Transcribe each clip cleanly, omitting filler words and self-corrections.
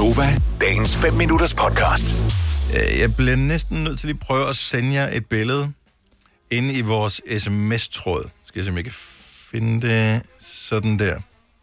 Gonova, dagens 5 minutters podcast. Jeg bliver næsten nødt til at prøve at sende jer et billede inde i vores sms-tråd. Skal jeg se, om jeg kan finde det sådan der.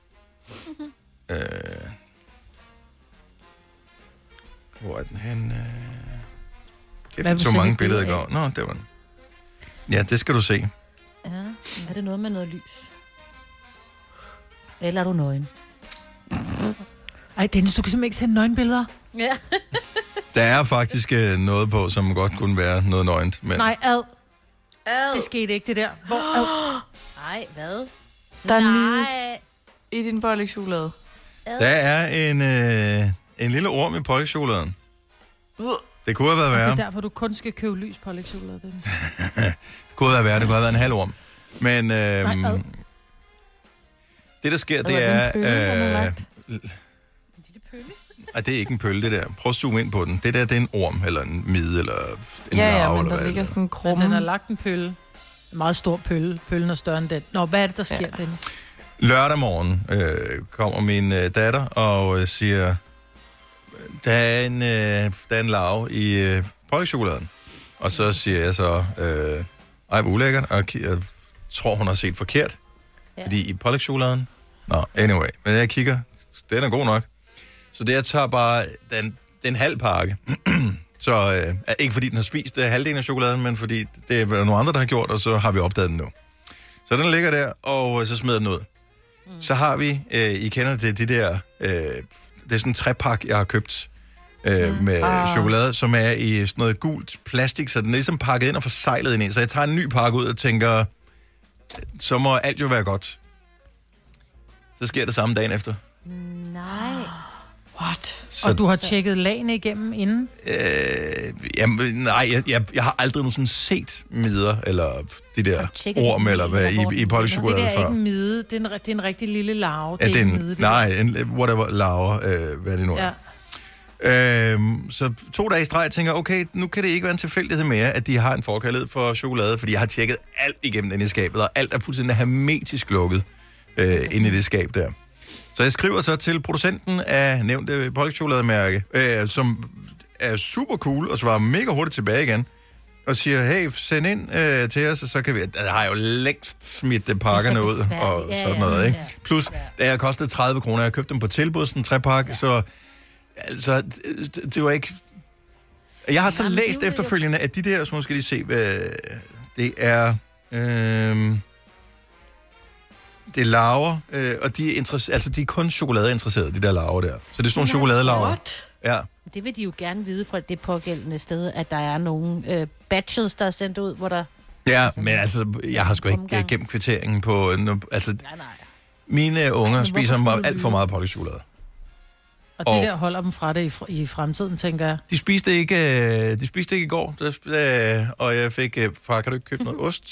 Hvor er den hen? Jeg så mange billeder i går. Nå, det var den. Ja, det skal du se. Ja, er det noget med noget lys? Eller er du nøgen? Ej, Dennis, du kan simpelthen ikke sende nøgenbilleder. Ja. Der er faktisk noget på, som godt kunne være noget nøgent. Men... Nej, det skete ikke, det der. Hvor Nej, hvad? Der er Nej. i din pålægtschokolade. Der er en lille orm i pålægtschokoladen. Det kunne have været værre. Det er derfor, du kun skal købe lys pålægtschokolade, Dennis. Det kunne have været en halv orm. Men det, der sker, det er... det er ikke en pølle, det der. Prøv at zoome ind på den. Det der, det er en orm, eller en mide, eller en larve, men der ligger sådan en krumme. Den har lagt en pølle. En meget stor pølle. Pøllen er større end den. Nå, hvad er det, der sker, Dennis? Lørdag morgen kommer min datter og siger, der er en larve i pålægtschokoladen. Og så siger jeg så, ej, hvor ulækkert, og jeg tror, hun har set forkert. Ja. Fordi i pålægtschokoladen... Nå, anyway. Men jeg kigger, den er god nok. Så det, jeg tager bare den halv pakke. Så ikke fordi den har spist halvdelen af chokoladen, men fordi det er nogle andre, der har gjort, og så har vi opdaget den nu. Så den ligger der, og så smider den ud. Så har vi, I kender det, det er sådan en træpak, jeg har købt med chokolade, som er i sådan noget gult plastik, så den er ligesom pakket ind og forsejlet ind i. Så jeg tager en ny pakke ud og tænker, så må alt jo være godt. Så sker det samme dagen efter. Nej. What? Så, og du har tjekket lagene igennem inden? Nej, jeg har aldrig nogensinde set midder, eller de der orm, eller hvad, i pålægtschokolade før. Det er ikke en mide, det er en rigtig lille larve. Ja, det er en mide. Nej, whatever, larve, hvad det nu er. Ja. Så 2 dage i streg, jeg tænker, okay, nu kan det ikke være en tilfældighed mere, at de har en forkærlighed for chokolade, fordi jeg har tjekket alt igennem den i skabet, og alt er fuldstændig hermetisk lukket inde i det skab der. Så jeg skriver så til producenten af nævnte pålægtschokolademærke, som er super cool og svarer mega hurtigt tilbage igen, og siger, hey, send ind til os, og så kan vi... Der har jo længst smidt pakkerne ud, og sådan noget, ikke? Plus, det har kostet 30 kroner, jeg købte dem på tilbud, sådan en træpakke, så altså, det var ikke... Jeg har så læst efterfølgende, at de der, så måske lige se, hvad det er... Det er larver, og de er kun chokoladeinteresserede, de der larver der. Så det er sådan nogle chokoladelarver. Ja. Det vil de jo gerne vide fra det pågældende sted, at der er nogle batches, der er sendt ud, hvor der... Ja, men altså, jeg har sgu ikke gemt kvitteringen på... Altså, mine unger spiser alt for meget pålægtschokolade. Og det der holder dem fra det i fremtiden, tænker jeg. De spiste ikke i går, og jeg fik... Far, kan du ikke købe noget ost?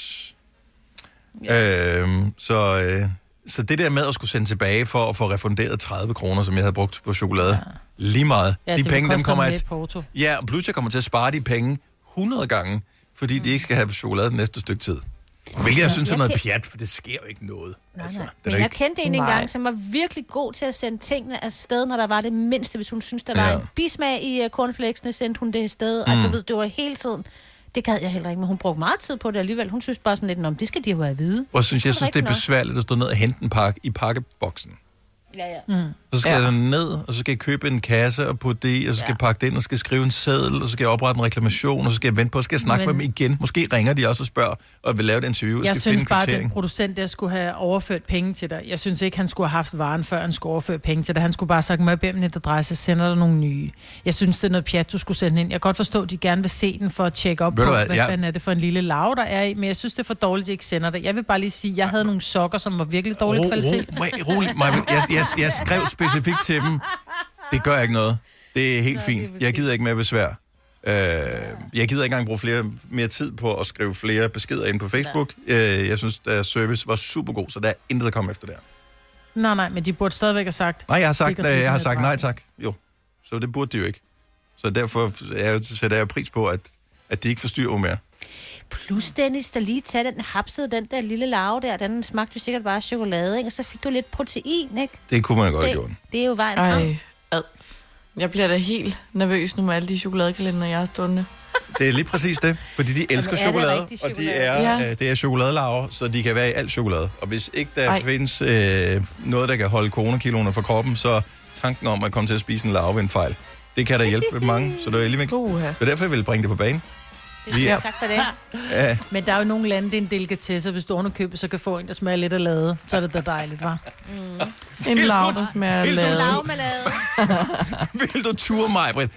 Ja. Så det der med at skulle sende tilbage for at få refunderet 30 kroner, som jeg havde brugt på chokolade, lige meget. Ja, de penge, dem kommer jeg og pludselig kommer til at spare de penge 100 gange, fordi de ikke skal have chokolade den næste stykke tid. Hvilket jeg synes er noget pjat, for det sker jo ikke noget. Altså, men jeg kendte en gang, som var virkelig god til at sende tingene afsted, når der var det mindste. Hvis hun synes, der var en bismag i cornflakesene, sendte hun det afsted. Altså, du ved, det var hele tiden... Det gad jeg heller ikke, men hun brugte meget tid på det alligevel. Hun synes bare sådan lidt, om det skal de jo have at vide. Og jeg synes, det er besværligt at stå ned og hente en pakke i pakkeboksen. Ja. Så skal jeg ned, og så skal jeg købe en kasse og putte det i, og så skal jeg pakke det ind, og skal skrive en seddel, og så skal jeg oprette en reklamation, og så skal jeg vente på, og så skal jeg snakke med dem igen. Måske ringer de også og spørger, og vil lave et interview, og jeg skal synes finde bare, at kvittering. den producent der skulle have overført penge til dig. Jeg synes ikke, han skulle have haft varen, før han skulle overføre penge til dig. Han skulle bare have sagt, må jeg bede om et adresse, sender der nogle nye. Jeg synes, det er noget pjat, du skulle sende ind. Jeg kan godt forstå, at de gerne vil se den for at tjekke op på, hvad fanden er det for en lille larve, der er i, men jeg synes, det er for dårligt, at de ikke sender det. Jeg vil bare lige sige, at jeg havde nogle sokker, som var virkelig dårlig kvalitet. Rolig, jeg skrev specifikt til dem, det gør ikke noget. Det er helt fint. Jeg gider ikke mere besvær. Jeg gider ikke engang bruge mere tid på at skrive flere beskeder ind på Facebook. Jeg synes, at service var super god, så der er intet at komme efter der. Nej, men de burde stadigvæk have sagt... Nej, jeg har sagt nej tak. Jo, så det burde de jo ikke. Så derfor sætter jeg pris på, at de ikke forstyrrer mere. Plus, Dennis, der lige tager den der lille larve der, den smagte jo sikkert bare chokolade, ikke? Og så fik du lidt protein, ikke? Det kunne man godt have gjort. Det er jo vejen frem. Jeg bliver da helt nervøs nu med alle de chokoladekalender, jeg har stående. Det er lige præcis det, fordi de elsker Jamen, er det chokolade, rigtig og de chokolade? det er chokoladelarver, så de kan være i alt chokolade. Og hvis ikke der findes noget, der kan holde coronakiloene fra kroppen, så tanken om at komme til at spise en larve en fejl. Det kan da hjælpe mange, så det er lige vigtigt. Det er derfor, jeg vil bringe det på banen. Tak for det. Ja. Men der er jo nogle lande, det er en delikatesse, hvis du ovenikøbet, så kan få en, der smager lidt af lade. Så er det da dejligt, hva'? En lav, der smager af lade. Vil du ture mig, Britt?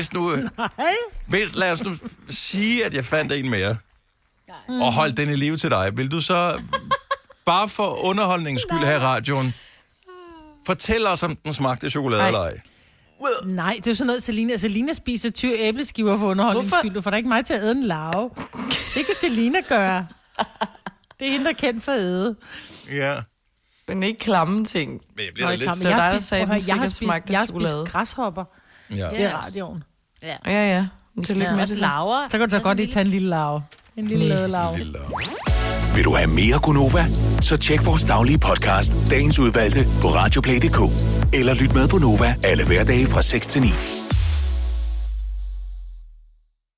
Lad os nu sige, at jeg fandt en mere, og holdt den i live til dig. Vil du så, bare for underholdningens skyld her i radioen, fortæl os, om den smagte chokolade eller ej? Nej, det er jo sådan noget, Selina spiser 20 æbleskiver for underholdningens skyld. Du får da ikke mig til at æde en larve. Det kan Selina gøre. Det er hende, der er kendt for at æde. Ja. Men ikke klamme ting. Men jeg bliver da lidt... Jeg har spist græshopper. Ja. Det er radioen. Ja. Så lidt mere laver. Så kan du da godt lige tage en lille larve. En lille ladelarve. Vil du have mere Gunova? Så tjek vores daglige podcast, dagens udvalgte, på radioplay.dk. Eller lyt med på Nova alle hverdage fra 6 til 9.